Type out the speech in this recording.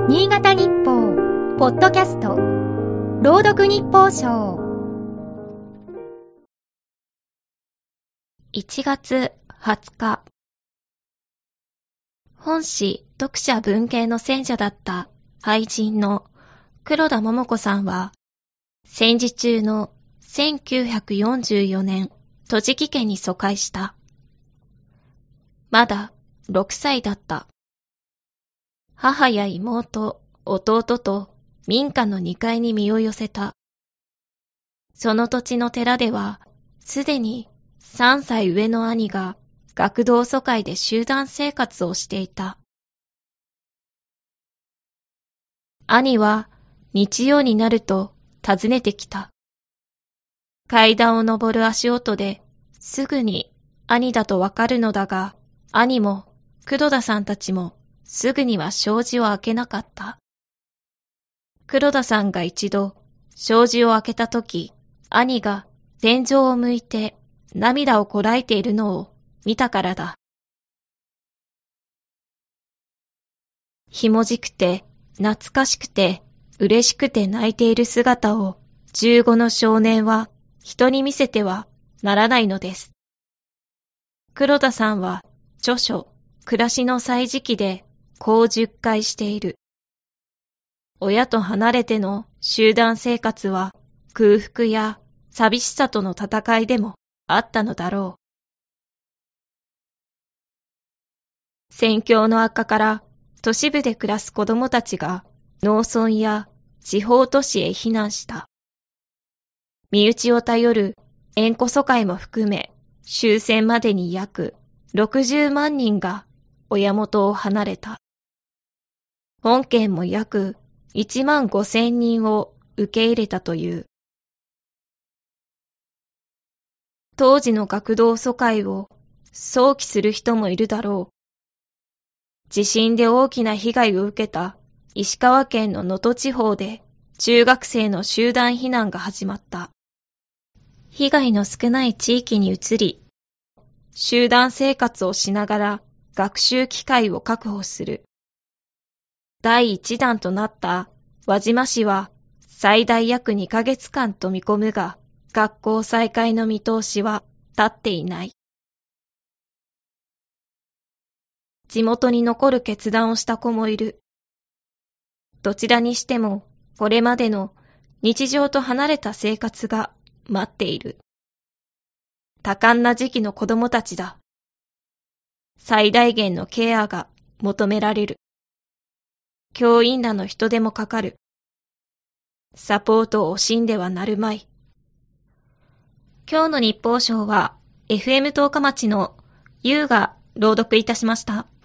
新潟日報ポッドキャスト朗読日報賞1月20日、本誌読者文芸の選者だった俳人の黒田桃子さんは、戦時中の1944年、栃木県に疎開した。まだ6歳だった。母や妹、弟と民家の2階に身を寄せた。その土地の寺では、すでに3歳上の兄が学童疎開で集団生活をしていた。兄は日曜になると訪ねてきた。階段を登る足音ですぐに兄だとわかるのだが、兄も黒田さんたちもすぐには障子を開けなかった。黒田さんが一度障子を開けたとき、兄が天井を向いて涙をこらえているのを見たからだ。ひもじくて、懐かしくて、嬉しくて泣いている姿を15の少年は人に見せてはならないのです。黒田さんは著書、暮らしの歳時記でこう10回している。親と離れての集団生活は空腹や寂しさとの戦いでもあったのだろう。戦況の悪化から都市部で暮らす子供たちが農村や地方都市へ避難した。身内を頼る縁故疎開も含め、終戦までに約60万人が親元を離れた。本県も約1万5,000人を受け入れたという。当時の学童疎開を想起する人もいるだろう。地震で大きな被害を受けた石川県の能登地方で中学生の集団避難が始まった。被害の少ない地域に移り、集団生活をしながら学習機会を確保する。第一弾となった輪島市は最大約2ヶ月間と見込むが、学校再開の見通しは立っていない。地元に残る決断をした子もいる。どちらにしても、これまでの日常と離れた生活が待っている。多感な時期の子供たちだ。最大限のケアが求められる。教員らの人手もかかる。サポートを惜しんではなるまい。今日の日報賞は FM 十日町の優が朗読いたしました。